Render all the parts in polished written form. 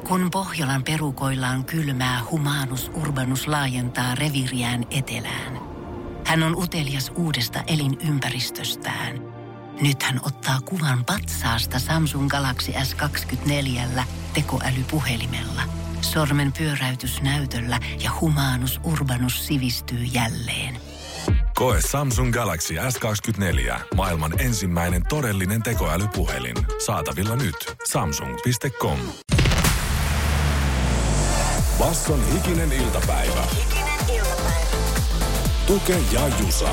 Kun Pohjolan perukoillaan kylmää, Humanus Urbanus laajentaa reviiriään etelään. Hän on utelias uudesta elinympäristöstään. Nyt hän ottaa kuvan patsaasta Samsung Galaxy S24 tekoälypuhelimella. Sormen pyöräytys näytöllä ja Humanus Urbanus sivistyy jälleen. Koe Samsung Galaxy S24. Maailman ensimmäinen todellinen tekoälypuhelin. Saatavilla nyt. Samsung.com. Basson hikinen iltapäivä. Tuke ja Jusa.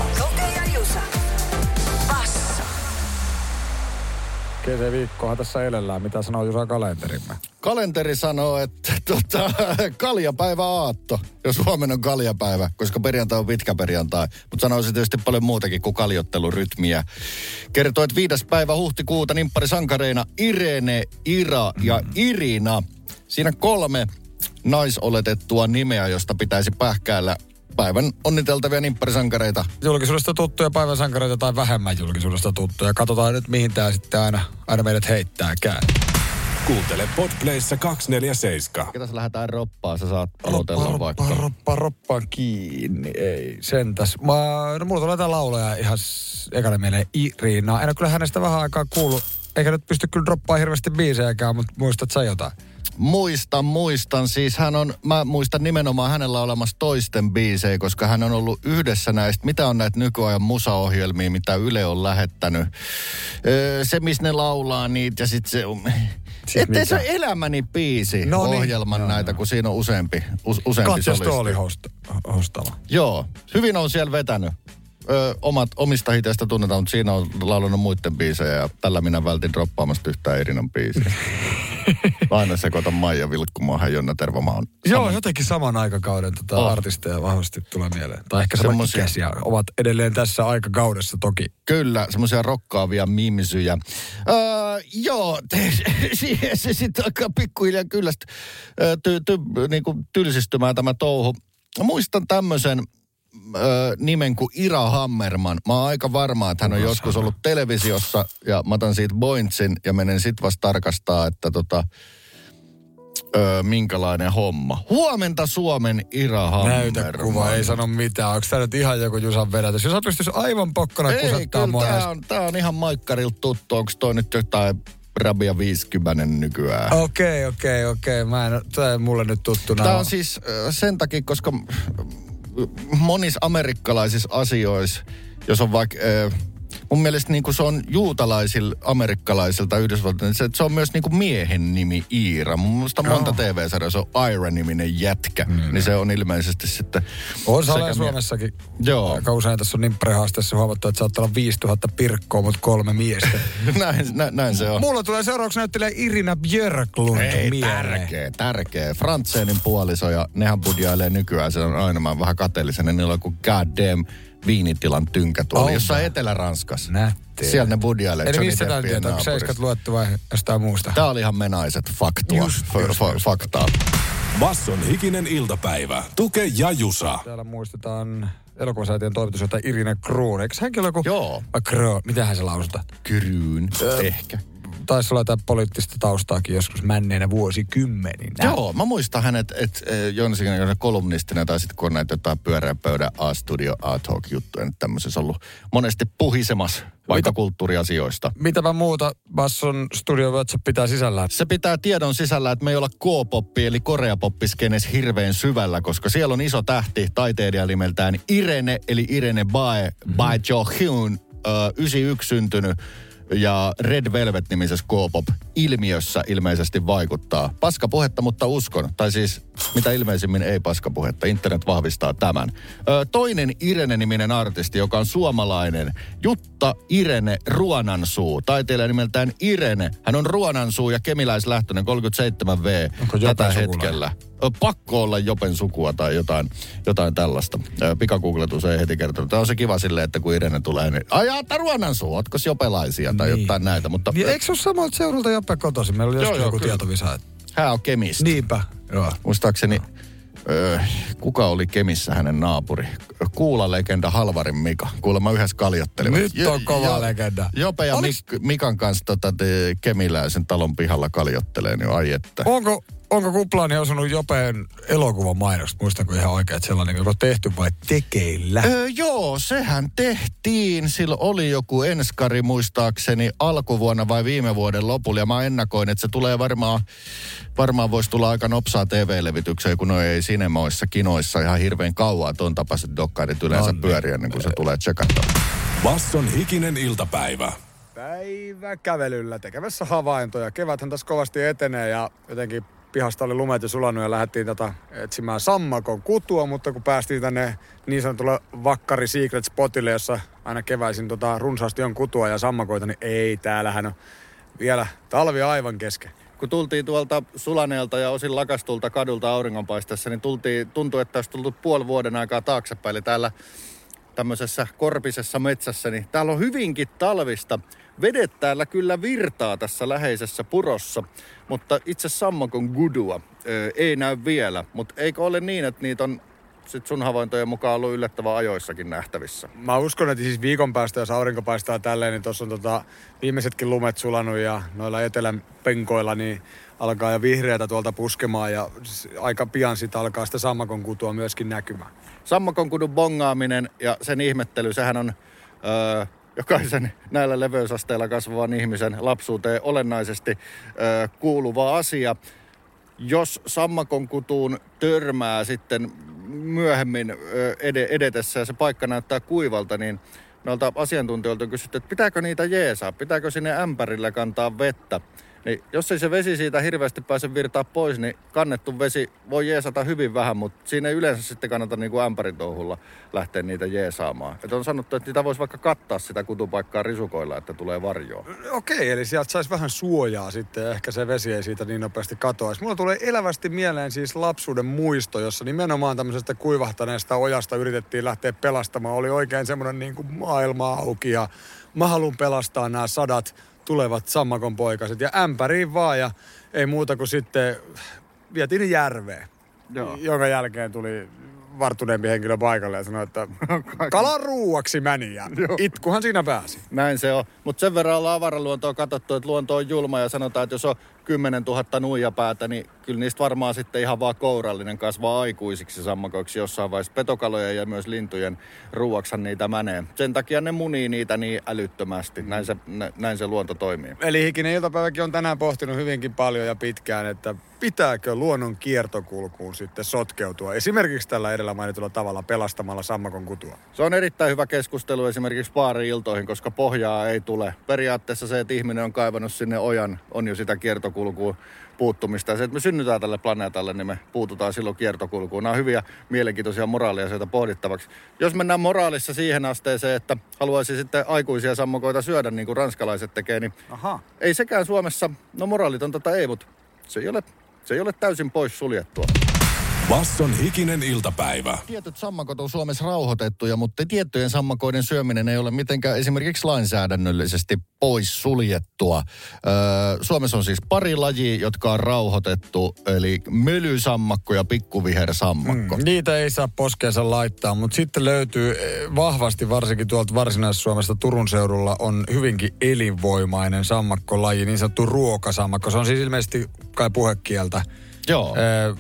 Basso. Kesäviikkohan tässä elellään. Mitä sanoo Jusa kalenterimme? Kalenteri sanoo, että kaljapäivä aatto, jos huomenna on kaljapäivä, koska perjantai on pitkä perjantai. Mutta sanoisin tietysti paljon muutakin kuin kaljottelurytmiä. Kertoo, että 5. päivä huhtikuuta nimpparisankareina Irene, Ira ja Irina. Siinä 3 naisoletettua nimeä, josta pitäisi pähkäällä päivän onniteltavia nimpparisankareita. Julkisuudesta tuttuja päivän sankareita tai vähemmän julkisuudesta tuttuja. Katsotaan nyt, mihin tää sitten aina meidät heittääkään. Kuuntele Podplayssa 247. Ketäs lähdetään roppaan? Sä saat aloitella vaikka. Roppaan kiinni. Ei sentäs. Mulla tulee tää laulaja ihan ekana mieleen Irina. En ole kyllä hänestä vähän aikaa kuullut. Eikä nyt pysty kyllä droppaamaan hirveästi biisejäkään, mutta muistat sä jotain? Muistan. Siis mä muistan nimenomaan hänellä olemassa toisten biisejä, koska hän on ollut yhdessä näistä, mitä on näitä nykyajan musaohjelmia, mitä Yle on lähettänyt. Se, missä ne laulaa niitä ja sitten se... Ettei se ole Elämäni biisi ohjelman näitä, kun siinä on useampi Katja Stooli hostalla. Joo, hyvin on siellä vetänyt. Omista hiteistä tunnetaan, mutta siinä on laulunut muiden biisejä ja tällä minä vältin droppaamasta yhtään Irinan biisiä. Aina sekoitan Maija Vilkkumaa, Jonna Tervamaa. Joo, jotenkin saman aikakauden artisteja vahvasti tulee mieleen. Tai ehkä samankäisiä ovat edelleen tässä aikakaudessa toki. Kyllä, semmoisia rokkaavia miimisyjä. Joo, siihen se sitten alkaa pikkuhiljaa kyllästä niinku tylsistymään tämä touhu. Muistan tämmöisen nimen kuin Ira Hammerman. Mä oon aika varma, että hän on joskus ollut televisiossa ja mä otan siitä pointsin ja menen sit vasta tarkastaa, että minkälainen homma. Huomenta Suomen Ira Hammerman. Näytä kuva, ei sano mitään. Onko tää nyt ihan joku Jusan vedätys? Jos pystyisi aivan pokkana kusattaa mua. Tää on ihan maikkarilta tuttu. Onko toi nyt jotain Rabia 50 nykyään? Okei. Tää ei mulle nyt tuttuna. Tää on siis sen takia, koska monissa amerikkalaisissa asioissa, jos on vaikka, mun mielestä niin kuin se on juutalaisilta, amerikkalaisilta Yhdysvaltain, se on myös niin kuin miehen nimi Iira. Mun mielestä monta TV-sarjaa, se on Ira-niminen jätkä, niin se on ilmeisesti sitten... On se Suomessakin. Joo. Aika usein tässä on nimppärihaasteessa huomattu, että saattaa olla 5000 pirkkoa, mutta 3 miestä. näin se on. Mulla tulee seuraavaksi näyttelijä Irina Björklund mieleen. Tärkeä. Frantseenin puoliso ja nehän budjailee nykyään. Se on aina mä vähän kateellisen. Niillä on kuin goddamn viinitilan tynkä tuolla jossain Etelä-Ranskassa. Nättee. Siellä ne budjailee. Eli mistä tämän tietää? Onko 7 luettu vai jostain muusta? Tää oli ihan menaiset faktaa. Basson hikinen iltapäivä. Tuke ja Jusa. Täällä muistetaan elokuvasäätiön toimitusjohtaja Irina Kruun. Eikö hänkin ole joku... Joo. Kruun. Mitähän se lausutaan? Kruun. Ehkä. Taisi olla jotain poliittista taustaakin joskus männeenä vuosikymmeninä. Joo, mä muistan hänet, että Joonasikin kolumnistina tai sitten kun on näitä jotain pyöreän pöydän A-studio, A-talk-juttuja, nyt tämmöisessä ollut monesti puhisemassa vaikka kulttuuriasioista. Mitäpä muuta Basson Studio WhatsApp pitää sisällään? Se pitää tiedon sisällä, että me ei olla K-poppi eli koreapoppiskenes hirveän syvällä, koska siellä on iso tähti, taiteilija nimeltään Irene, eli Irene Bae Jo-hyun, 91 syntynyt. Ja Red Velvet-nimisessä K-pop-ilmiössä ilmeisesti vaikuttaa. Paskapuhetta, mutta uskon. Tai siis mitä ilmeisimmin ei paskapuhetta. Internet vahvistaa tämän. Toinen Irene-niminen artisti, joka on suomalainen. Jutta Irene Ruonansuu. Taiteilija nimeltään Irene. Hän on Ruonansuu ja kemiläislähtöinen 37V tätä hetkellä. Pakko olla Jopen sukua tai jotain tällaista. Pikagoogletus ei heti kertonut. Tämä on se kiva silleen, että kun Irene tulee, niin ajaa Ruonansuu, ootkos jopelaisia tai jotain näitä. Mutta eikö se ole samalta seuralta Joppe kotoisin? Meillä oli joskus joku tietovisa. Hän on Kemistä. Niinpä. Joo. Muistaakseni, kuka oli Kemissä hänen naapuri? Kuula-legenda Halvarin Mika. Kuulemma yhdessä kaljottelivat. Nyt on kova legenda. Jope ja Mikan kanssa kemiläisen talon pihalla kaljottelee, niin ai että. onko kuplaani osunut Jopeen elokuvan mainosta? Muistanko ihan oikein, että sellainen, joka on tehty vai tekeillä? Joo, sehän tehtiin. Sillä oli joku enskari muistaakseni alkuvuonna vai viime vuoden lopulla. Ja mä ennakoin, että se tulee varmaan voisi tulla aika nopsaa TV-levitykseen, kun ei sinemoissa, kinoissa ihan hirveän kauan ton tapaiset dokkaarit yleensä pyöriä, niin kun se tulee tsekattua. Basson hikinen iltapäivä. Päivä kävelyllä tekemässä havaintoja. Keväthän tässä kovasti etenee ja jotenkin pihasta oli lumet jo sulanut ja lähdettiin etsimään sammakon kutua, mutta kun päästiin tänne niin sanotulle Vakkari Secret Spotille, jossa aina keväisin runsaasti on kutua ja sammakoita, niin ei, täällähän on vielä talvi aivan kesken. Kun tultiin tuolta sulaneelta ja osin lakastulta kadulta auringonpaisteessa, niin tuntui, että olisi tullut puoli vuoden aikaa taaksepäin. Eli täällä tämmöisessä korpisessa metsässä, niin täällä on hyvinkin talvista. Vedet täällä kyllä virtaa tässä läheisessä purossa, mutta itse sammakon gudua ei näy vielä. Mutta eikö ole niin, että niitä on sit sun havaintojen mukaan ollut yllättävän ajoissakin nähtävissä? Mä uskon, että siis viikon päästä, jos aurinko paistaa tälleen, niin tuossa on viimeisetkin lumet sulanut ja noilla etelän penkoilla niin alkaa jo vihreätä tuolta puskemaan ja aika pian sitten alkaa sitä sammakon kutua myöskin näkymään. Sammakon kudun bongaaminen ja sen ihmettely, sehän on jokaisen näillä leveysasteilla kasvavan ihmisen lapsuuteen olennaisesti kuuluva asia. Jos sammakon kutuun törmää sitten myöhemmin edetessä ja se paikka näyttää kuivalta, niin noilta asiantuntijoilta on kysytty, että pitääkö niitä jeesaa, pitääkö sinne ämpärillä kantaa vettä. Niin jos ei se vesi siitä hirveästi pääse virtaa pois, niin kannettu vesi voi jeesata hyvin vähän, mutta siinä ei yleensä sitten kannata niin kuin ämpärin touhulla lähteä niitä jeesaamaan. Et on sanottu, että niitä voisi vaikka kattaa sitä kutupaikkaa risukoilla, että tulee varjoa. Okei, eli sieltä saisi vähän suojaa sitten ja ehkä se vesi ei siitä niin nopeasti katoaisi. Mulla tulee elävästi mieleen siis lapsuuden muisto, jossa nimenomaan tämmöisestä kuivahtaneesta ojasta yritettiin lähteä pelastamaan. Oli oikein semmoinen niin kuin maailma auki ja mä haluan pelastaa nämä 100 tulevat sammakon poikaset ja ämpäriin vaan ja ei muuta kuin sitten vietiin järveen. Joo. Jonka jälkeen tuli varttuneempi henkilö paikalle ja sanoi, että kalan ruuaksi meni ja itkuhan siinä pääsi. Näin se on. Mutta sen verran ollaan avaraluontoa katsottu, että luonto on julma ja sanotaan, että jos on 10 000 nuijapäätä, niin kyllä niistä varmaan sitten ihan vaan kourallinen kasvaa aikuisiksi sammakoiksi jossain vaiheessa. Petokalojen ja myös lintujen ruuaksan niitä menee. Sen takia ne munii niitä niin älyttömästi. Näin se luonto toimii. Eli hikinen iltapäiväkin on tänään pohtinut hyvinkin paljon ja pitkään, että pitääkö luonnon kiertokulkuun sitten sotkeutua esimerkiksi tällä edellä mainitulla tavalla pelastamalla sammakon kutua? Se on erittäin hyvä keskustelu esimerkiksi baari-iltoihin, koska pohjaa ei tule. Periaatteessa se, että ihminen on kaivannut sinne ojan, on jo sitä kiertokulkuun puuttumista. Ja se, että me synnytään tälle planeetalle, niin me puututaan silloin kiertokulkuun. Nämä on hyviä, mielenkiintoisia moraaliasioita pohdittavaksi. Jos mennään moraalissa siihen asteeseen, että haluaisi sitten aikuisia sammakoita syödä, niin kuin ranskalaiset tekee, niin ei sekään Suomessa, no moraalitonta ei, mutta se ei ole täysin pois suljettua. Basson hikinen iltapäivä. Tietyt sammakot on Suomessa rauhoitettuja, mutta tiettyjen sammakoiden syöminen ei ole mitenkään esimerkiksi lainsäädännöllisesti pois suljettua. Suomessa on siis pari lajia, jotka on rauhoitettu, eli mölysammakko ja pikkuvihersammakko. Niitä ei saa poskeensa laittaa, mutta sitten löytyy vahvasti, varsinkin tuolta Varsinais-Suomesta Turun seudulla, on hyvinkin elinvoimainen sammakkolaji, niin sanottu ruokasammakko. Se on siis ilmeisesti kai puhekieltä. Joo.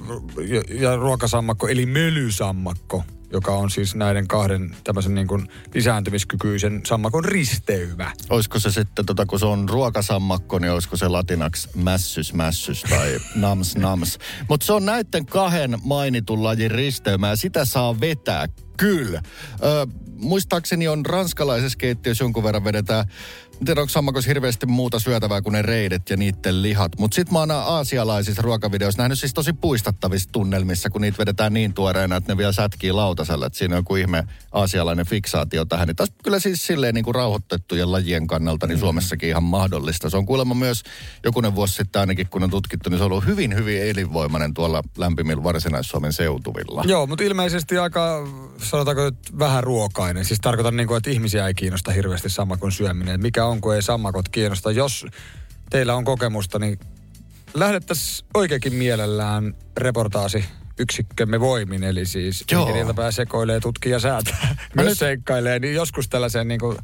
Ja ruokasammakko, eli mölysammakko, joka on siis näiden kahden tämmöisen niin kuin lisääntymiskykyisen sammakon risteymä. Olisiko se sitten, kun se on ruokasammakko, niin olisiko se latinaksi mässys tai nams. Mutta se on näiden kahden mainitun lajin risteymä ja sitä saa vetää. Kyllä. Muistaakseni on ranskalaisessa keittiössä jonkun verran vedetään, en tiedä onko sammakossa hirveästi muuta syötävää kuin ne reidet ja niiden lihat. Mutta sit mä oon aasialaisissa ruokavideoissa nähnyt siis tosi puistattavissa tunnelmissa, kun niitä vedetään niin tuoreena, että ne vielä sätkii lautasella. Että siinä on joku ihme aasialainen fiksaatio tähän. Niin taas kyllä siis silleen niin kuin rauhoitettujen lajien kannalta niin Suomessakin ihan mahdollista. Se on kuulemma myös jokunen vuosi sitten ainakin, kun on tutkittu, niin se on ollut hyvin elinvoimainen tuolla lämpimillä Varsinais-Suomen seutuvilla. Joo, mutta ilmeisesti aika, sanotaanko nyt vähän ruokainen. Siis tarkoitan niin kuin, että ihmisiä ei kiinnosta hirveästi sammakon syöminen. Mikä on, kun ei sammakot kiinnosta. Jos teillä on kokemusta, niin lähdettäisiin oikeinkin mielellään reportaasi yksikkömme voimin. Eli siis iltapäivä sekoilee, tutkii ja säätää. Myös seikkailee, niin joskus tällaiseen niin kuin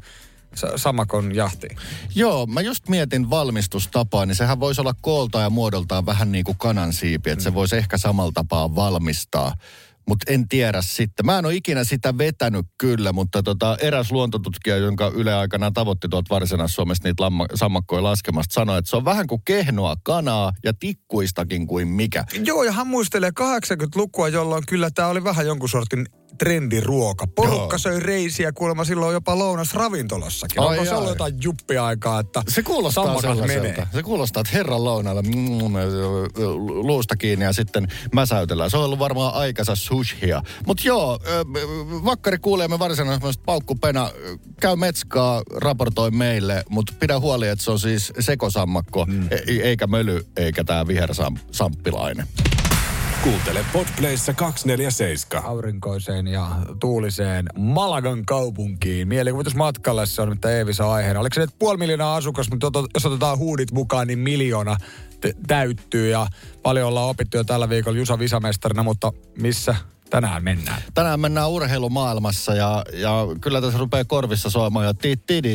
sammakon jahtiin? Joo, mä just mietin valmistustapaa, niin sehän voisi olla kooltaan ja muodoltaan vähän niin kuin kanansiipi, että se voisi ehkä samalla tapaa valmistaa. Mutta en tiedä sitten. Mä en ole ikinä sitä vetänyt kyllä, mutta eräs luontotutkija, jonka Yle aikanaan tavoitti tuolta Varsinais-Suomesta niitä sammakkoja laskemasta, sanoi, että se on vähän kuin kehnoa kanaa ja tikkuistakin kuin mikä. Joo, ja hän muistelee 80-lukua, jolloin kyllä tämä oli vähän jonkun sortin trendiruoka. Porukka söi reisiä kuulemma silloin jopa lounasravintolassakin. Onko se ollut jotain juppiaikaa, että se kuulostaa sellaiselta. Se kuulostaa, että herran lounaalla luusta kiinni ja sitten mäsäytellään. Se on ollut varmaan aikansa sushia. Mutta joo, vakkari kuulee me varsinaisesti paukkupena. Käy metskaa, raportoi meille, mutta pidä huoli, että se on siis sekosammakko, eikä möly, eikä tää vihersamppilainen. Kuuntele Podplayssa 247. Aurinkoiseen ja tuuliseen Malagan kaupunkiin. Mielikuvitusmatkalle se on nyt Eevisa aiheena. Oliko se nyt 500 000 asukas, mutta jos otetaan huudit mukaan, niin 1 000 000 täyttyy. Ja paljon ollaan opittu jo tällä viikolla Jusa visamestarina, mutta missä tänään mennään? Tänään mennään urheilumaailmassa ja kyllä tässä rupeaa korvissa soimaan jo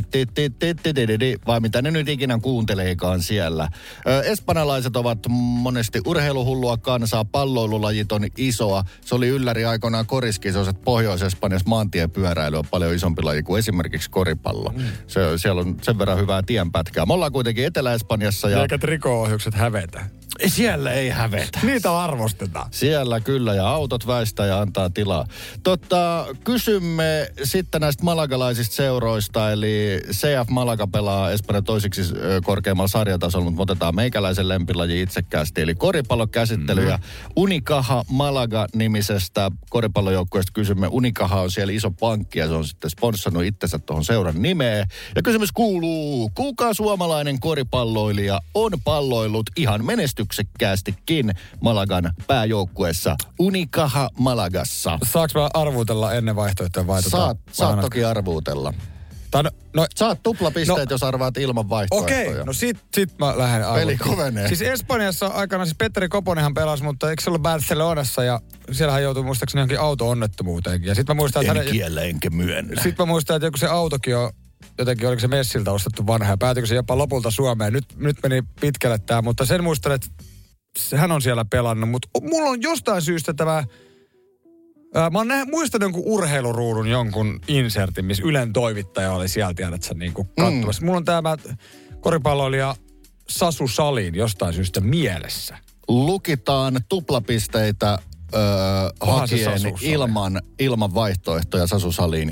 vai mitä ne nyt ikinä kuunteleekaan siellä. Espanjalaiset ovat monesti urheiluhullua kansaa, palloilulajit on isoa. Se oli ylläri aikoinaan koriskisoiset Pohjois-Espanjassa maantiepyöräily on paljon isompi laji kuin esimerkiksi koripallo. Siellä on sen verran hyvää tienpätkää. Me ollaan kuitenkin Etelä-Espanjassa ja... Eikä trikoohjukset hävetä. Siellä ei hävetä. Niitä arvostetaan. Siellä kyllä, ja autot väistää ja antaa tilaa. Kysymme sitten näistä malagalaisista seuroista, eli CF Malaga pelaa Espanjan toisiksi korkeimmalla sarjatasolla, mutta otetaan meikäläisen lempilaji itsekkäästi, eli koripallokäsittely ja Unicaja Malaga-nimisestä koripallojoukkueesta kysymme. Unicaja on siellä iso pankki ja se on sitten sponssannut itsensä tuohon seuran nimeen. Ja kysymys kuuluu, kuka suomalainen koripalloilija on palloillut ihan menestyksekkäästikin Malagan pääjoukkueessa Unicaja Malagassa? Saanko mä arvuutella ennen vaihtoehtoja vai? Saat toki arvuutella. Saat tuplapisteet, jos arvaat ilman vaihtoehtoja. Okei, no sit mä lähden arvuuttelemaan. Peli kovenee. Siis Espanjassa aikana siis Petteri Koponenhan pelasi, mutta eikö se ollut Barcelonassa ja siellä hän joutui muistaakseni johonkin auto-onnettomuuteenkin. Ja sit mä muistan, että enkä myönnä. Sit mä muistan, että joku se autokin on jotenkin, oliko se Messiltä ostettu vanha ja päätyykö se jopa lopulta Suomeen. Nyt meni pitkälle tää, mutta sen muistan, että hän on siellä pelannut. Mutta mulla on jostain syystä tämä... Mä oon muistanut jonkun urheiluruudun jonkun insertin, missä Ylen toimittaja oli siellä, tiedätkö, niin kuin katsomassa. Mulla on tämä koripalloilija Sasu Salin jostain syystä mielessä. Lukitaan tuplapisteitä hakien ilman vaihtoehtoja Sasu Salin.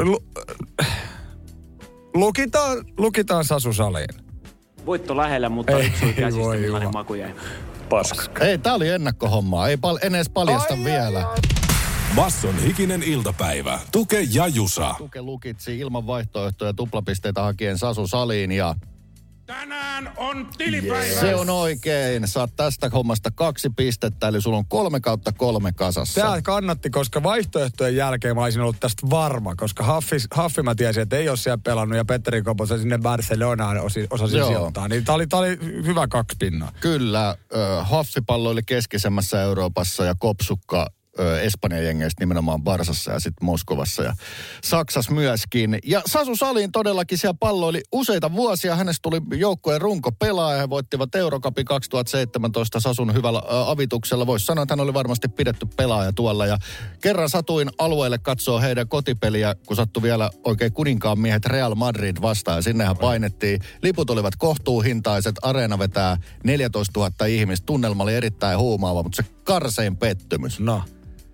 Lukitaan Sasu Salin. Voitto lähellä, mutta yksi käsistä millainen maku jäi. Paska. Ei, tää oli ennakkohommaa. En edes paljasta vielä. Basson hikinen iltapäivä. Tuke ja Jusa. Tuke lukitsi ilman vaihtoehtoja tuplapisteitä hakien Sasu Saliin ja... Tänään on tilipäivä. Se on oikein. Saat tästä hommasta 2 pistettä, eli sulla on 3/3 kasassa. Tää kannatti, koska vaihtoehtojen jälkeen mä olisin ollut tästä varma, koska Haffi mä tiesin, että ei ole siellä pelannut ja Petteri Koposen sinne Barcelonaan osasin sijoittaa. Niin tää oli hyvä 2 pinnaa. Kyllä, Haffi palloili keskisemmässä Euroopassa ja Kopsukka Espanjan jengeistä nimenomaan Barsassa ja sitten Moskovassa ja Saksassa myöskin. Ja Sasu Salin todellakin siellä palloili useita vuosia. Hänestä tuli joukkueen runkopelaaja. He voittivat Eurocupin 2017 Sasun hyvällä avituksella. Voisi sanoa, että hän oli varmasti pidetty pelaaja tuolla. Ja kerran satuin alueelle katsoa heidän kotipeliä, kun sattui vielä oikein kuninkaan miehet Real Madrid vastaan. Ja sinnehän painettiin. Liput olivat kohtuuhintaiset. Areena vetää 14 000 ihmistä. Tunnelma oli erittäin huumaava, mutta se karsein pettymys. No.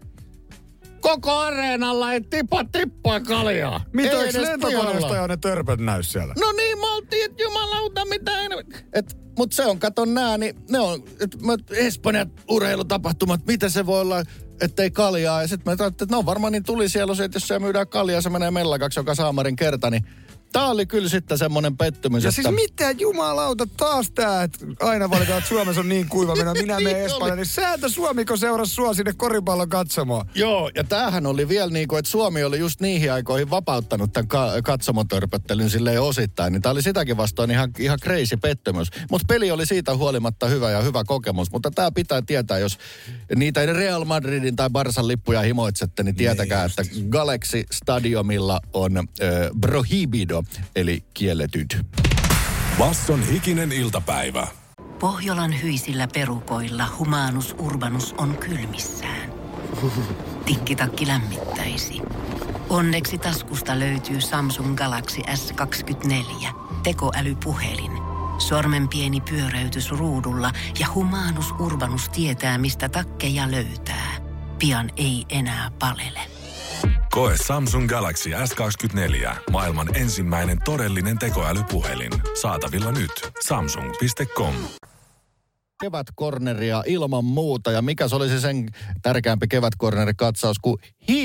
Koko areenalla ei tippaa kaljaa. Mitä eikö lentokoneesta jo ne törpöt näy siellä? No niin, mä oltiin, että jumalauta, mitä mut se on, kato nää, niin ne on, Espanjan urheilutapahtumat, mitä se voi olla, ettei kaljaa. Ja sit mä ajattelin, että no varmaan niin tuli siellä, että jos siellä myydään kaljaa, se menee mellakaksi joka saamarin kerta, niin tää oli kyllä sitten semmonen pettymys, ja että... siis mitä jumalauta taas tää, että aina valitaan, että Suomessa on niin kuiva minä menen Espanjaan, niin säätä Suomiko seurasi sua sinne koripallon katsomaan. Joo, ja tämähän oli vielä niin kuin, että Suomi oli just niihin aikoihin vapauttanut tämän katsomotörpöttelyn silleen osittain, niin tää oli sitäkin vastaan ihan crazy pettymys. Mutta peli oli siitä huolimatta hyvä kokemus, mutta tää pitää tietää, jos niitä Real Madridin tai Barsan lippuja himoitsette, niin tietäkää, että Galaxy Stadiumilla on prohibido Audio, eli kielletyt. Basson hikinen iltapäivä. Pohjolan hyisillä perukoilla Humanus Urbanus on kylmissään. Tikkitakki lämmittäisi. Onneksi taskusta löytyy Samsung Galaxy S24. Tekoälypuhelin. Sormen pieni pyöräytys ruudulla ja Humanus Urbanus tietää, mistä takkeja löytää. Pian ei enää palele. Koe Samsung Galaxy S24. Maailman ensimmäinen todellinen tekoälypuhelin. Saatavilla nyt. Samsung.com. Kevätkorneria ilman muuta, ja mikä se olisi sen tärkeämpi kevätkornerikatsaus kuin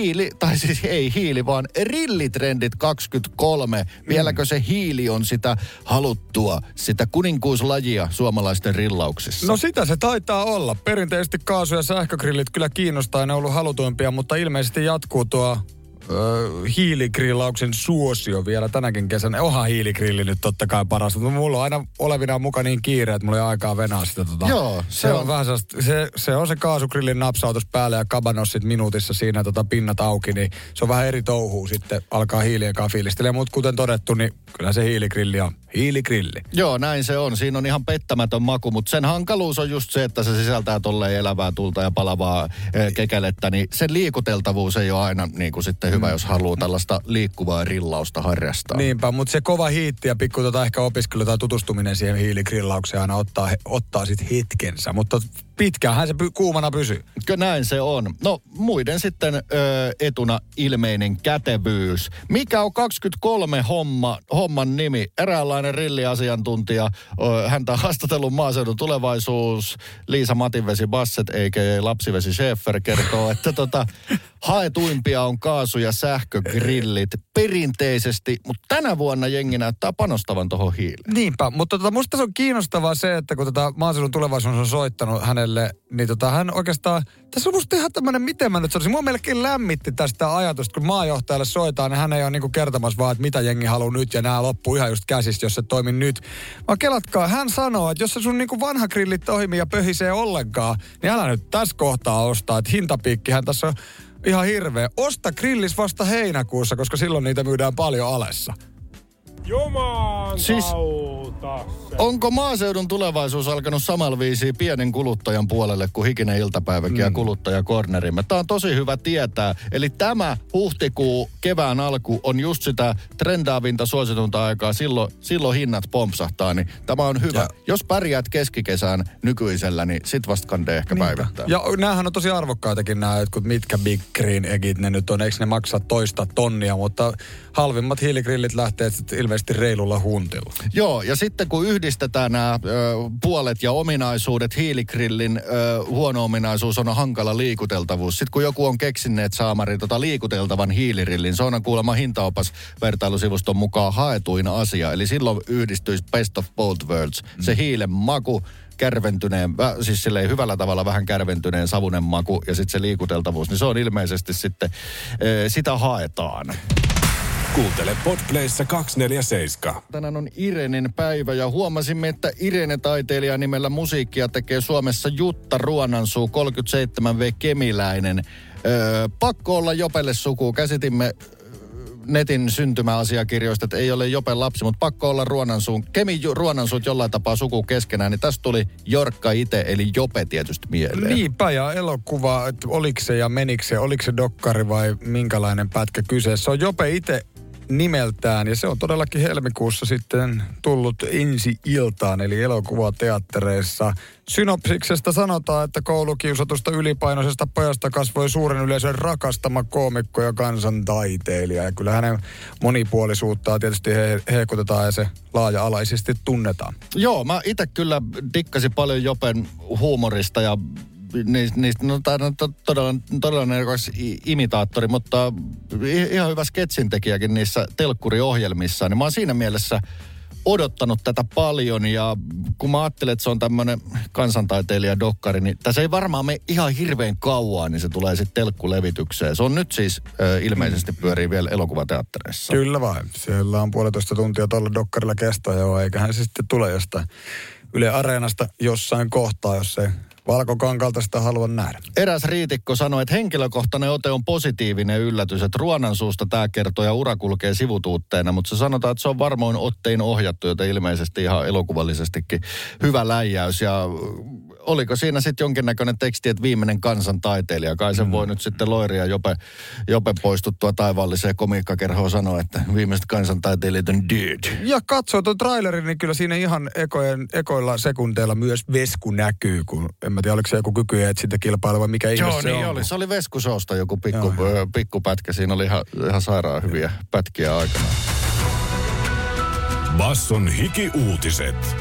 vaan rillitrendit 23. Vieläkö se hiili on sitä haluttua, sitä kuninkuuslajia suomalaisten rillauksissa? No sitä se taitaa olla. Perinteisesti kaasu- ja sähkögrillit kyllä kiinnostaa ja ne on ollut halutuimpia, mutta ilmeisesti jatkuu tuo hiiligrillauksen suosio vielä tänäkin kesänä. Onhan hiiligrilli nyt totta kai paras, mutta mulla on aina olevinaan mukaan niin kiire, että mulla ei aikaa venaa sitä. Joo, se on vähän se on se kaasugrillin napsautus päälle ja kabanossit minuutissa siinä pinnat auki, niin se on vähän eri touhuu sitten alkaa hiilien kanssa fiilistellä. Mutta kuten todettu, niin kyllä se hiiligrilli on hiiligrilli. Joo, näin se on. Siinä on ihan pettämätön maku, mutta sen hankaluus on just se, että se sisältää tolleen elävää tulta ja palavaa kekälettä, niin sen liikuteltavuus ei ole aina niin kuin sitten hyvä, jos haluaa tällaista liikkuvaa rillausta harrastaa. Niinpä, mutta se kova hiitti ja pikku ehkä opiskelu tai tutustuminen siihen hiiligrillaukseen aina ottaa sitten hetkensä, mutta pitkäänhän se kuumana pysyy. Näin se on. No muiden sitten etuna ilmeinen kätevyys. Mikä on 23 homman nimi? Eräänlainen rilliasiantuntija. Häntä on haastatellut Maaseudun Tulevaisuus. Liisa Matinvesi Basset, eikä Lapsivesi Schäfer, kertoo, että haetuimpia on kaasu- ja sähkögrillit perinteisesti, mutta tänä vuonna jengi näyttää panostavan tuohon hiileen. Niinpä, mutta musta se on kiinnostavaa se, että kun Maaseudun Tulevaisuus on soittanut hänelle, niin hän oikeastaan, tässä on musta ihan tämmöinen, miten mä nyt sanoisin, mua melkein lämmitti tästä ajatusta, kun maajohtajalle soitaan, niin hän ei ole niinku kertomassa vaan, että mitä jengi haluaa nyt ja nämä loppuu ihan just käsistä, jos se toimi nyt. Vaan kelatkaa, hän sanoo, että jos se sun niinku vanha grillit toimii ja pöhisee ollenkaan, niin älä nyt tässä kohtaa ostaa, että hintapiikkihän tässä on ihan hirveä. Osta grillis vasta heinäkuussa, koska silloin niitä myydään paljon alessa. Juman kautta. Onko Maaseudun Tulevaisuus alkanut samalla viisiin pienen kuluttajan puolelle kuin hikinen iltapäiväkin ja kuluttajakornerimme? Tämä on tosi hyvä tietää. Eli tämä huhtikuu, kevään alku on just sitä trendaavinta suositunta aikaa. Silloin hinnat pompsahtaa, niin tämä on hyvä. Jos pärjäät keskikesään nykyisellä, niin sit vasta kandee ehkä päivittää. Ja näähän on tosi arvokkaitakin nämä jotkut, mitkä Big Green Eggit ne nyt on. Eikö ne maksaa 1 tonnia, mutta halvimmat hiiligrillit lähtee ilmeisesti reilulla huntilla. Joo, ja sitten kun yhdistetään nämä puolet ja ominaisuudet, hiiligrillin huono ominaisuus on hankala liikuteltavuus. Sitten kun joku on keksineet saamari liikuteltavan hiilirillin, se on kuulemma hintaopas vertailusivuston mukaan haetuin asia. Eli silloin yhdistyisi best of both worlds. Se hiilen maku, kärventyneen, siis silleen hyvällä tavalla vähän kärventyneen savunen maku ja sitten se liikuteltavuus, niin se on ilmeisesti sitten, sitä haetaan. Kuuntele Podplayssä 247. Tänään on Irenen päivä ja huomasimme, että Irene-taiteilija nimellä musiikkia tekee Suomessa Jutta Ruonansuu, 37V kemiläinen. Pakko olla Jopelle suku. Käsitimme netin syntymäasiakirjoista, että ei ole Jopen lapsi, mutta pakko olla Ruonansuut jollain tapaa suku keskenään. Niin tästä tuli Jorkka itse, eli Jope tietysti mieleen. Niinpä, ja elokuva, että oliko se ja menikö se, oliko se dokkari vai minkälainen pätkä kyseessä. Se on Jope itse nimeltään, ja se on todellakin helmikuussa sitten tullut ensi-iltaan, eli elokuvateattereissa. Synopsiksesta sanotaan, että koulukiusatusta ylipainoisesta pojasta kasvoi suuren yleisön rakastama koomikko ja kansantaiteilija. Ja kyllä hänen monipuolisuuttaan tietysti hehkutetaan ja se laaja-alaisesti tunnetaan. Joo, mä itse kyllä dikkasin paljon Jopen huumorista ja niistä todella nerokas imitaattori, mutta ihan hyvä sketsintekijäkin niissä telkkuriohjelmissa. Niin mä oon siinä mielessä odottanut tätä paljon ja kun mä ajattelen, että se on tämmönen kansantaiteilija-dokkari, niin tässä ei varmaan mene ihan hirveän kauan, niin se tulee sitten telkkulevitykseen. Se on nyt siis ilmeisesti pyörii vielä elokuvateattereissa. Kyllä vain. Siellä on 1,5 tuntia tuolla dokkarilla kestoa, joo, eiköhän se sitten tule jostain Yle Areenasta jossain kohtaa, jos se valkokankalta sitä haluan nähdä. Eräs riitikko sanoi, että henkilökohtainen ote on positiivinen yllätys, että ruonan suusta tämä kertoo ja ura kulkee sivutuutteena, mutta se sanotaan, että se on varmoin ottein ohjattu, joten ilmeisesti ihan elokuvallisestikin hyvä läjäys. Ja oliko siinä sitten jonkinnäköinen teksti, että viimeinen kansantaiteilija, kai sen voi nyt sitten Loiri ja Jope poistuttua taivaalliseen komiikkakerhoon sanoa, että viimeiset kansantaiteilijat on dead. Ja katsoo tuon trailerin, niin kyllä siinä ihan ekoilla sekunteilla myös vesku näkyy, kun en mä tiedä, oliko se joku kyky etsintä kilpaileva, mikä ihme se on. Se oli veskusoosta joku pikkupätkä. Siinä oli ihan sairaan hyviä pätkiä aikana. Basson hiki-uutiset.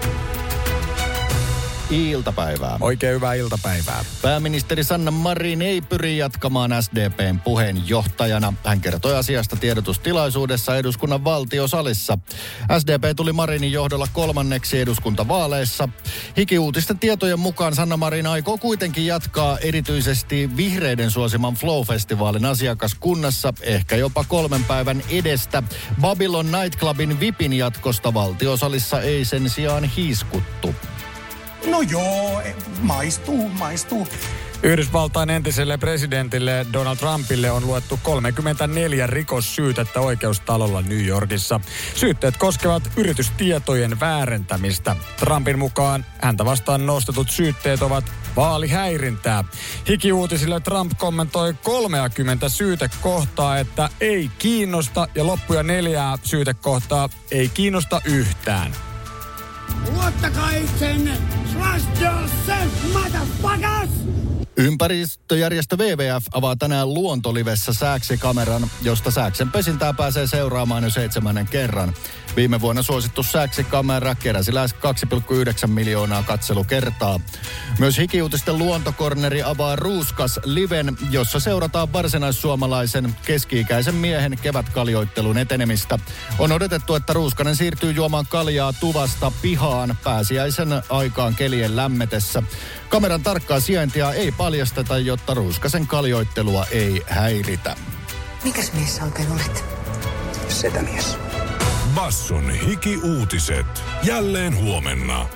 Iltapäivää. Oikein hyvää iltapäivää. Pääministeri Sanna Marin ei pyri jatkamaan SDPn puheenjohtajana. Hän kertoi asiasta tiedotustilaisuudessa eduskunnan valtiosalissa. SDP tuli Marinin johdolla 3. eduskuntavaaleissa. Hiki-uutisten tietojen mukaan Sanna Marin aikoo kuitenkin jatkaa erityisesti vihreiden suosiman Flow-festivaalin asiakaskunnassa, ehkä jopa 3 päivän edestä. Babylon Nightclubin VIPin jatkosta valtiosalissa ei sen sijaan hiiskuttu. No joo, maistuu. Yhdysvaltain entiselle presidentille Donald Trumpille on luettu 34 rikossyytettä oikeustalolla New Yorkissa. Syytteet koskevat yritystietojen väärentämistä. Trumpin mukaan häntä vastaan nostetut syytteet ovat vaalihäirintää. Hiki-uutisille Trump kommentoi 30 syytekohtaa, että ei kiinnosta, ja loppuja 4 syytekohtaa ei kiinnosta yhtään. Luottakaa itsenne! Trust yourself, motherfuckers! Ympäristöjärjestö WWF avaa tänään Luontolivessä Sääksikameran, josta Sääksen pesintää pääsee seuraamaan jo 7. kerran. Viime vuonna suosittu Sääksikamera keräsi lähes 2,9 miljoonaa katselukertaa. Myös Hiki-uutisten Luontokorneri avaa Ruuskas-liven, jossa seurataan varsinaissuomalaisen keski-ikäisen miehen kevätkaljoittelun etenemistä. On odotettu, että Ruuskanen siirtyy juomaan kaljaa tuvasta pihaan pääsiäisen aikaan kelien lämmetessä. Kameran tarkkaa sijaintia ei paljasteta, jotta Ruuskasen kaljoittelua ei häiritä. Mikäs mies sä oikein olet? Setämies. Basson hiki-uutiset. Jälleen huomenna.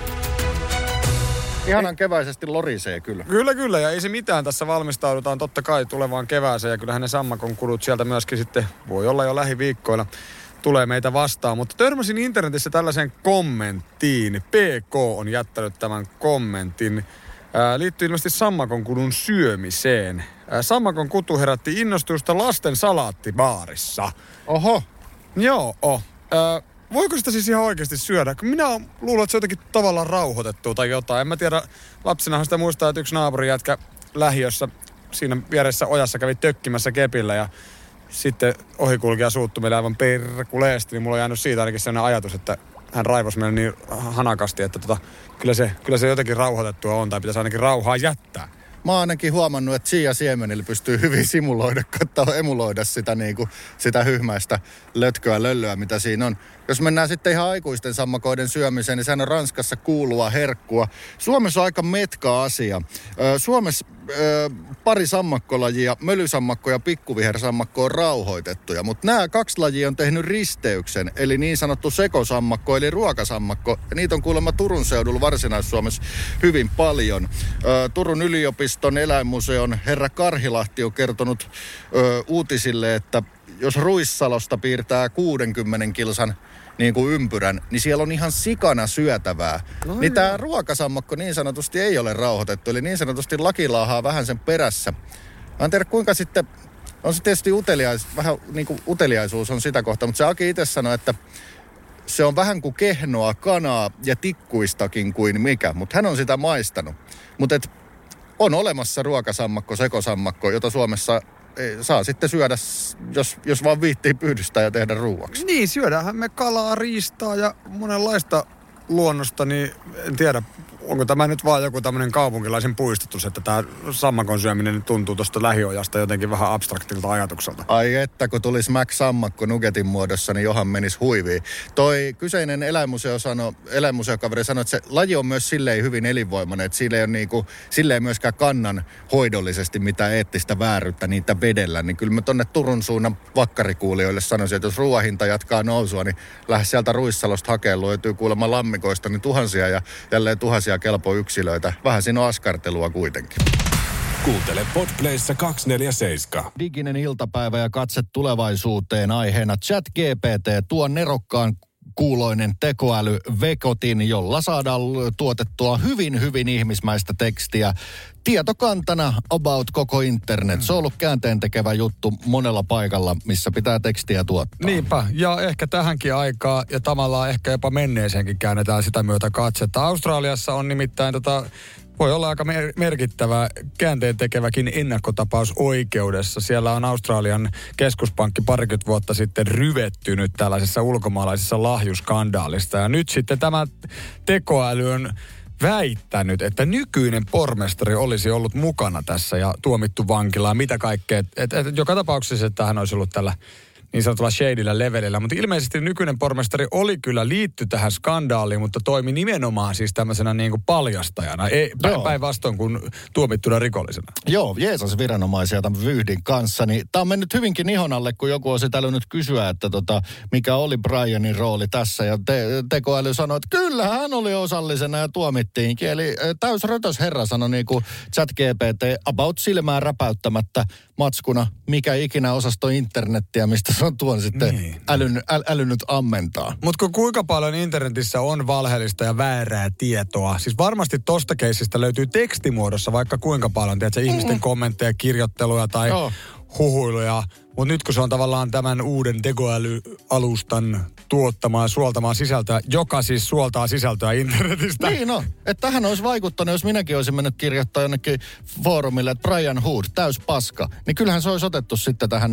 Ihanan keväisesti lorisee kyllä. Kyllä, ja ei se mitään. Tässä valmistaudutaan totta kai tulevaan kevääseen, ja kyllähän ne sammakon kulut sieltä myöskin sitten voi olla jo lähiviikkoina tulee meitä vastaan. Mutta törmäsin internetissä tällaisen kommenttiin. PK on jättänyt tämän kommentin. Liittyy ilmeisesti sammakon kudun syömiseen. Sammakon kutu herätti innostusta lasten salaattibaarissa. Oho. Joo. Voiko sitä siis ihan oikeasti syödä? Minä luulen, että se on jotenkin tavallaan rauhoitettua tai jotain. En mä tiedä, lapsenahan sitä muistaa, että yksi naapurijätkä lähiössä siinä vieressä ojassa kävi tökkimässä kepillä ja sitten ohikulkija suuttui meille aivan perkuleesti, niin mulla on jäänyt siitä ainakin sellainen ajatus, että hän raivosi meille niin hanakasti, että kyllä se jotenkin rauhoitettua on, tai pitäisi ainakin rauhaa jättää. Mä oon ainakin huomannut, että chia-siemenillä pystyy hyvin emuloida sitä hyhmäistä lötköä, löllöä, mitä siinä on. Jos mennään sitten ihan aikuisten sammakoiden syömiseen, niin sehän on Ranskassa kuulua herkkua. Suomessa on aika metka asia. Suomessa pari sammakkolajia, mölysammakko ja pikkuvihersammakko on rauhoitettuja, mutta nämä 2 lajia on tehnyt risteyksen, eli niin sanottu sekosammakko, eli ruokasammakko. Ja niitä on kuulemma Turun seudulla Varsinais-Suomessa hyvin paljon. Turun yliopiston eläinmuseon herra Karhilahti on kertonut uutisille, että jos Ruissalosta piirtää 60 kilsan niin kuin ympyrän, niin siellä on ihan sikana syötävää. No niin tämä ruokasammakko niin sanotusti ei ole rauhoitettu, eli niin sanotusti laki laahaa vähän sen perässä. Mä en tiedä kuinka sitten, on se tietysti vähän niin kuin uteliaisuus on sitä kohtaa, mutta se Aki itse sanoi, että se on vähän kuin kehnoa kanaa ja tikkuistakin kuin mikä, mutta hän on sitä maistanut. Mutta on olemassa ruokasammakko, sekosammakko, jota Suomessa saa sitten syödä, jos vaan viittii pyydystää ja tehdä ruuaksi. Niin, syödäänhän me kalaa, riistaa ja monenlaista luonnosta, niin en tiedä, onko tämä nyt vaan joku tämmöinen kaupunkilaisen puistutus, että tämä sammakon syöminen tuntuu tuosta lähiojasta jotenkin vähän abstraktilta ajatukselta. Ai että, kun tulisi Mac-sammakko nugetin muodossa, niin johan menisi huiviin. Toi kyseinen eläinmuseokaveri sanoi, että se laji on myös silleen hyvin elinvoimainen, että sille ei myöskään kannan hoidollisesti mitään eettistä vääryyttä niitä vedellä. Niin kyllä mä tonne Turun suunnan vakkarikuulijoille sanoisin, että jos ruoahinta jatkaa nousua, niin lähes sieltä Ruissalosta hakeen löytyy kuulemma lammikoista niin tuhansia ja jälleen tuhansia semmosia kelpo yksilöitä. Vähän siinä on askartelua kuitenkin. Kuuntele Podplayssa 247. Diginen iltapäivä ja katse tulevaisuuteen aiheena ChatGPT, tuo nerokkaan kuuloinen tekoäly Vekotin, jolla saadaan tuotettua hyvin ihmismäistä tekstiä tietokantana about koko internet. Se on ollut käänteentekevä juttu monella paikalla, missä pitää tekstiä tuottaa. Niinpä, ja ehkä tähänkin aikaa ja tavallaan ehkä jopa menneeseenkin käännetään sitä myötä katsetta. Australiassa on nimittäin voi olla aika merkittävä käänteentekeväkin ennakkotapaus oikeudessa. Siellä on Australian keskuspankki parikymmentä vuotta sitten ryvettynyt tällaisessa ulkomaalaisessa lahjuskandaalista. Ja nyt sitten tämä tekoäly on väittänyt, että nykyinen pormestari olisi ollut mukana tässä ja tuomittu vankilaan. Mitä kaikkea. Joka tapauksessa, että hän olisi ollut tällä niin sanotulla shadyllä levelillä. Mutta ilmeisesti nykyinen pormestari oli kyllä liitty tähän skandaaliin, mutta toimi nimenomaan siis tämmöisenä niin kuin paljastajana. Päinvastoin kuin tuomittuna rikollisena. Joo, Jeesus viranomaisia tämän vyyhdin kanssa. Niin tämä on mennyt hyvinkin ihon alle, kun joku olisi tälynyt kysyä, että mikä oli Brianin rooli tässä. Ja tekoäly sanoi, että kyllä hän oli osallisena ja tuomittiinkin. Eli täysrötös herra sanoi niin kuin ChatGPT about silmää räpäyttämättä matskuna, mikä ikinä osasto internettiä, mistä se on tuon sitten niin. Älynyt ammentaa. Mutta kuinka paljon internetissä on valheellista ja väärää tietoa? Siis varmasti tosta keisistä löytyy tekstimuodossa vaikka kuinka paljon, tiedätkö, ihmisten kommentteja, kirjoitteluja tai huhuiluja. Mutta nyt kun se on tavallaan tämän uuden tekoälyalustan tuottamaan, suoltamaan sisältöä, joka siis suoltaa sisältöä internetistä. Niin on. Että tähän olisi vaikuttanut, jos minäkin olisin mennyt kirjoittaa jonnekin foorumille, että Brian Hood, täys paska. Niin kyllähän se olisi otettu sitten tähän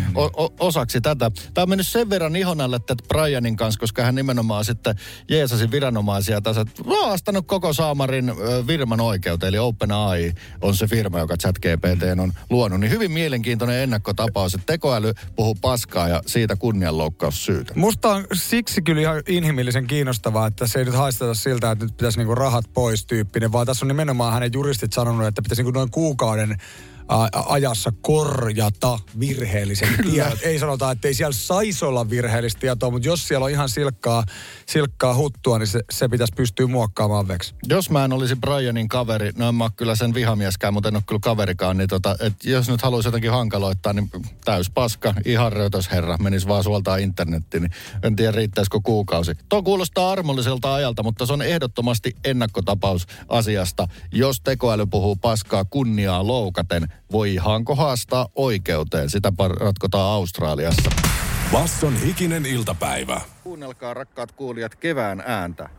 osaksi tätä. Tämä on mennyt sen verran ihon alle tätä Brianin kanssa, koska hän nimenomaan sitten jeesasi viranomaisia tässä. Vaastanut koko saamarin firman oikeuteen, eli OpenAI on se firma, joka ChatGPT on luonut. Niin hyvin mielenkiintoinen ennakkotapaus, että tekoäly puhuu paskaa ja siitä kunnianloukkaussyytä. Musta on siksi kyllä ihan inhimillisen kiinnostavaa, että se ei nyt haisteta siltä, että nyt pitäisi niinku rahat pois tyyppinen, vaan tässä on nimenomaan hänen juristit sanonut, että pitäisi niinku noin kuukauden ajassa korjata virheellisen tiedot. Ei sanota, että ei siellä saisi olla virheellistä tietoa, mutta jos siellä on ihan silkkaa huttua, niin se pitäisi pystyä muokkaamaan veksi. Jos mä en olisi Brianin kaveri, no en mä ole kyllä sen vihamieskään, mutta en ole kyllä kaverikaan, niin että jos nyt haluaisi jotenkin hankaloittaa, niin täys paska, ihan rötös herra, menisi vaan suoltaa internettiin, niin en tiedä riittäisikö kuukausi. Tuo kuulostaa armolliselta ajalta, mutta se on ehdottomasti ennakkotapaus asiasta. Jos tekoäly puhuu paskaa kunniaa loukaten, voidaanko haastaa oikeuteen? Sitä ratkotaan Australiassa. Basson hikinen iltapäivä. Kuunnelkaa rakkaat kuulijat kevään ääntä.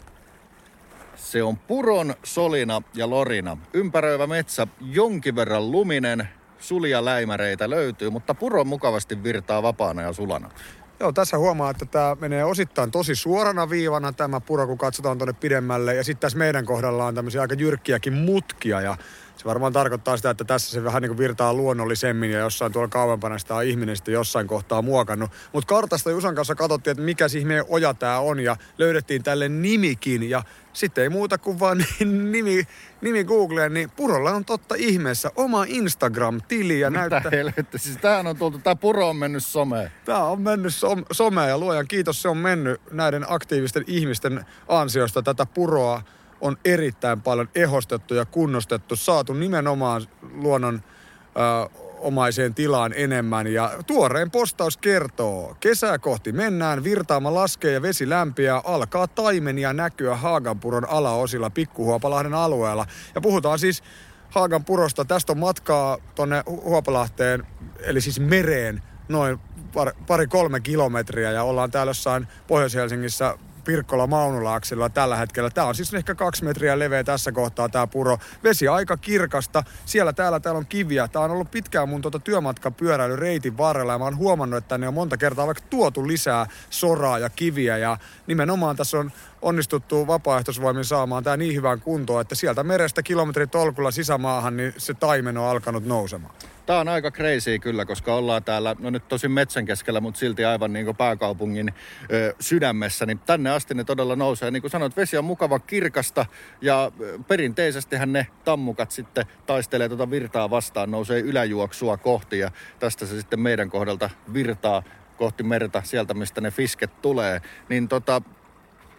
Se on puron, solina ja lorina. Ympäröivä metsä jonkin verran luminen, sulia läimäreitä löytyy, mutta puro mukavasti virtaa vapaana ja sulana. Joo, tässä huomaa, että tämä menee osittain tosi suorana viivana tämä puro, kun katsotaan tuonne pidemmälle. Ja sitten tässä meidän kohdalla on tämmöisiä aika jyrkkiäkin mutkia ja se varmaan tarkoittaa sitä, että tässä se vähän niin kuin virtaa luonnollisemmin ja jossain tuolla kauempana sitä on ihminen sitten jossain kohtaa muokannut. Mutta kartasta Jusan kanssa katsottiin, että mikä ihmeen oja tämä on ja löydettiin tälle nimikin ja sitten ei muuta kuin vaan nimi Googleen, niin purolla on totta ihmeessä oma Instagram-tili ja näyttää. Mitä helvettä, siis tämähän on tultu, tämä puro on mennyt someen. Tämä on mennyt someen ja luojan kiitos, se on mennyt näiden aktiivisten ihmisten ansiosta. Tätä puroa on erittäin paljon ehostettu ja kunnostettu, saatu nimenomaan luonnon omaiseen tilaan enemmän. Ja tuoreen postaus kertoo, kesää kohti mennään, virtaama laskee ja vesi lämpiää, alkaa taimenia näkyä Haaganpuron alaosilla Pikkuhuopalahden alueella. Ja puhutaan siis Haaganpurosta, tästä on matkaa tonne Huopalahteen, eli siis mereen, noin 2-3 kilometriä ja ollaan täällä jossain Pohjois-Helsingissä Pirkkola-Maunulaaksilla tällä hetkellä. Tämä on siis ehkä 2 metriä leveä tässä kohtaa tämä puro. Vesi aika kirkasta. Täällä on kiviä. Tämä on ollut pitkään mun työmatkapyöräily reitin varrella ja mä oon huomannut, että ne on monta kertaa vaikka tuotu lisää soraa ja kiviä ja nimenomaan tässä on onnistuttu vapaaehtoisvoimin saamaan tämä niin hyvään kuntoon, että sieltä merestä kilometritolkulla sisämaahan niin se taimen on alkanut nousemaan. Tämä on aika crazy kyllä, koska ollaan täällä, no nyt tosi metsän keskellä, mutta silti aivan niin kuin pääkaupungin sydämessä, niin tänne asti ne todella nousee. Niin kuin sanoit, vesi on mukava kirkasta ja perinteisestihän ne tammukat sitten taistelee tuota virtaa vastaan, nousee yläjuoksua kohti ja tästä se sitten meidän kohdalta virtaa kohti merta sieltä, mistä ne fisket tulee. Niin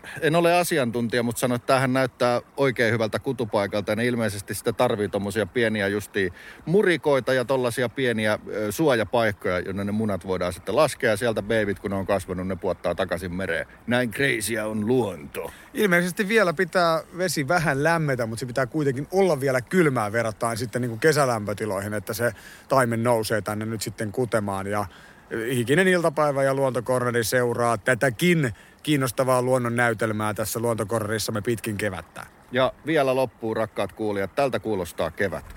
en ole asiantuntija, mutta sanoin, että tämähän näyttää oikein hyvältä kutupaikalta. Ja ne ilmeisesti sitä tarvii tommosia pieniä justiin murikoita ja tollaisia pieniä suojapaikkoja, jonne ne munat voidaan sitten laskea. Ja sieltä babyt, kun ne on kasvanut, ne puottaa takaisin mereen. Näin crazyä on luonto. Ilmeisesti vielä pitää vesi vähän lämmetä, mutta se pitää kuitenkin olla vielä kylmää verrattain sitten niin kuin kesälämpötiloihin, että se taimen nousee tänne nyt sitten kutemaan. Ja Hikinen iltapäivä ja Luontokorneri seuraa tätäkin kiinnostavaa luonnon näytelmää tässä Luontokornerissamme pitkin kevättä. Ja vielä loppuun, rakkaat kuulijat, tältä kuulostaa kevät.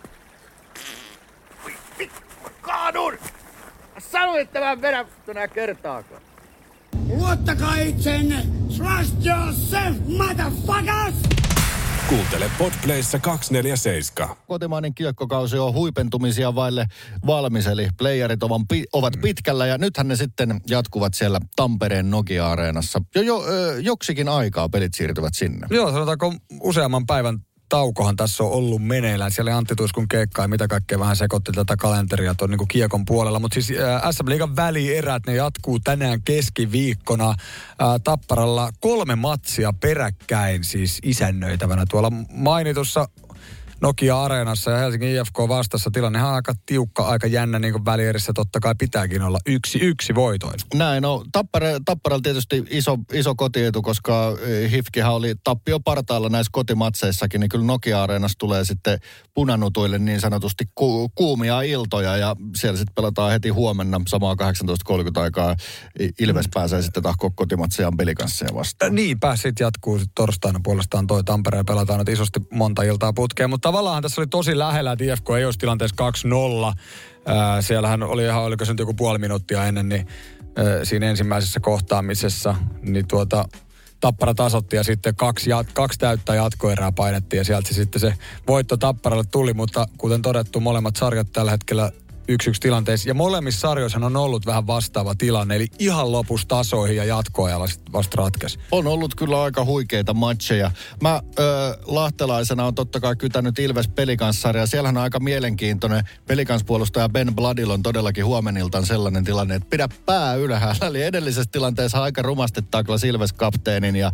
Kaadun! Sanoin, että mä en vedä tänään kertaakaan. Luottakaa itseenne! Trust yourself, motherfuckers! Kuuntele Podplayssa 247. Kotimainen kiekkokausi on huipentumisia vaille valmis, eli playerit ovat pitkällä ja nythän ne sitten jatkuvat siellä Tampereen Nokia-areenassa. Joksikin aikaa pelit siirtyvät sinne. Joo, sanotaanko useamman päivän taukohan tässä on ollut meneillään. Siellä Antti Tuiskun keikka ja mitä kaikkea vähän sekoitti tätä kalenteria tuon niin kuin kiekon puolella. Mutta siis SM-liigan välierät, ne jatkuu tänään keskiviikkona. Tapparalla 3 matsia peräkkäin siis isännöitävänä tuolla mainitussa Nokia-areenassa ja Helsingin IFK vastassa. Tilannehan on aika tiukka, aika jännä, niin kuin välierissä totta kai pitääkin olla 1-1 voitoin. Näin, no Tapparalla tietysti iso kotietu, koska HIFKihan oli tappiopartaalla näissä kotimatseissakin, niin kyllä Nokia-areenassa tulee sitten punanutuille niin sanotusti kuumia iltoja ja siellä sitten pelataan heti huomenna samaa 18.30 aikaa. Ilves pääsee sitten tahkoon kotimatsejaan Pelikanssia vastaan. Niinpä, sitten jatkuu sit torstaina puolestaan toi Tampereen pelataan nyt isosti monta iltaa putkeen, mutta tavallaan tässä oli tosi lähellä, että IFK ei olisi tilanteessa 2-0. Siellähän oli ihan, oliko se nyt joku puoli minuuttia ennen, niin siinä ensimmäisessä kohtaamisessa, niin Tappara tasoitti ja sitten kaksi täyttä jatkoerää painettiin ja sieltä sitten se voitto Tapparalle tuli, mutta kuten todettu, molemmat sarjat tällä hetkellä 1-1 tilanteessa. Ja molemmissa sarjoissa on ollut vähän vastaava tilanne, eli ihan lopussa tasoihin ja jatkoajalla sitten vasta ratkesi. On ollut kyllä aika huikeita matcheja. Mä lahtelaisena on totta kai kytänyt Ilves Pelikans-sarja. Siellähän on aika mielenkiintoinen Pelikans-puolustaja Ben Bladil on todellakin huomeniltaan sellainen tilanne, että pidä pää ylhäällä. Eli edellisessä tilanteessa aika rumasti taklasi Ilves-kapteenin ja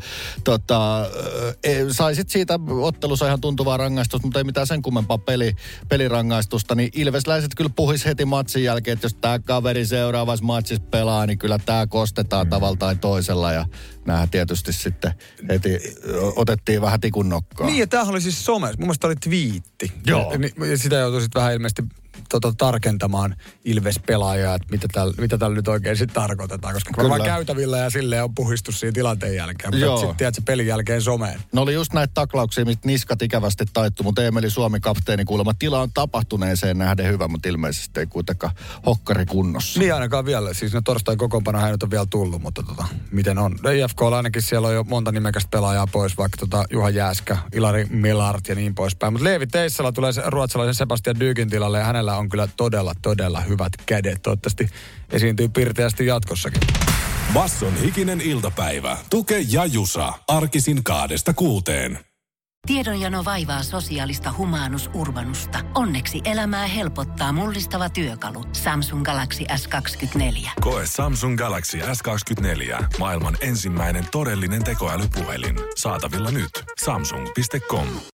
saisit siitä ottelussa ihan tuntuvaa rangaistusta, mutta ei mitään sen kummempaa pelirangaistusta, niin Ilvesläiset kyllä puhis heti matsin jälkeen, että jos tämä kaveri seuraavassa matsissa pelaa, niin kyllä tämä kostetaan tavalla tai toisella. Ja näähän tietysti sitten heti otettiin vähän tikun nokkaa. Niin, ja tämähän oli siis somessa. Mun mielestä oli twiitti. Joo. Ja sitä joutui sitten vähän ilmeisesti tarkentamaan Ilves-pelaajaa, että mitä tällä nyt oikein sitten tarkoitetaan. Koska varmaan käytävillä ja silleen on puhistus siinä tilanteen jälkeen. Mutta sitten tiedät se pelin jälkeen someen. No oli just näitä taklauksia, mistä niskat ikävästi taittu, mutta Eemeli Suomi kapteeni kuulemma tila on tapahtuneeseen nähden hyvä, mutta ilmeisesti ei kuitenkaan hokkari kunnossa. Niin ainakaan vielä. Siis ne torstain kokoonpanohan ei nyt ole vielä tullut, mutta miten on? IFK:lla ainakin siellä on jo monta nimekästä pelaajaa pois, vaikka Juha Jääskä, Ilari Millard ja niin poispäin. Mutta Leevi Teissala tulee ruotsalaisen Sebastian Dygin tilalle ja hänellä on kyllä todella hyvät kädet. Toivottavasti esiintyy pirteästi jatkossakin. Basson hikinen iltapäivä. Tuke ja Jusa. Arkisin 2-6. Tiedonjano vaivaa sosiaalista humanus urbanusta. Onneksi elämää helpottaa mullistava työkalu. Samsung Galaxy S24. Koe Samsung Galaxy S24. Maailman ensimmäinen todellinen tekoälypuhelin. Saatavilla nyt. Samsung.com.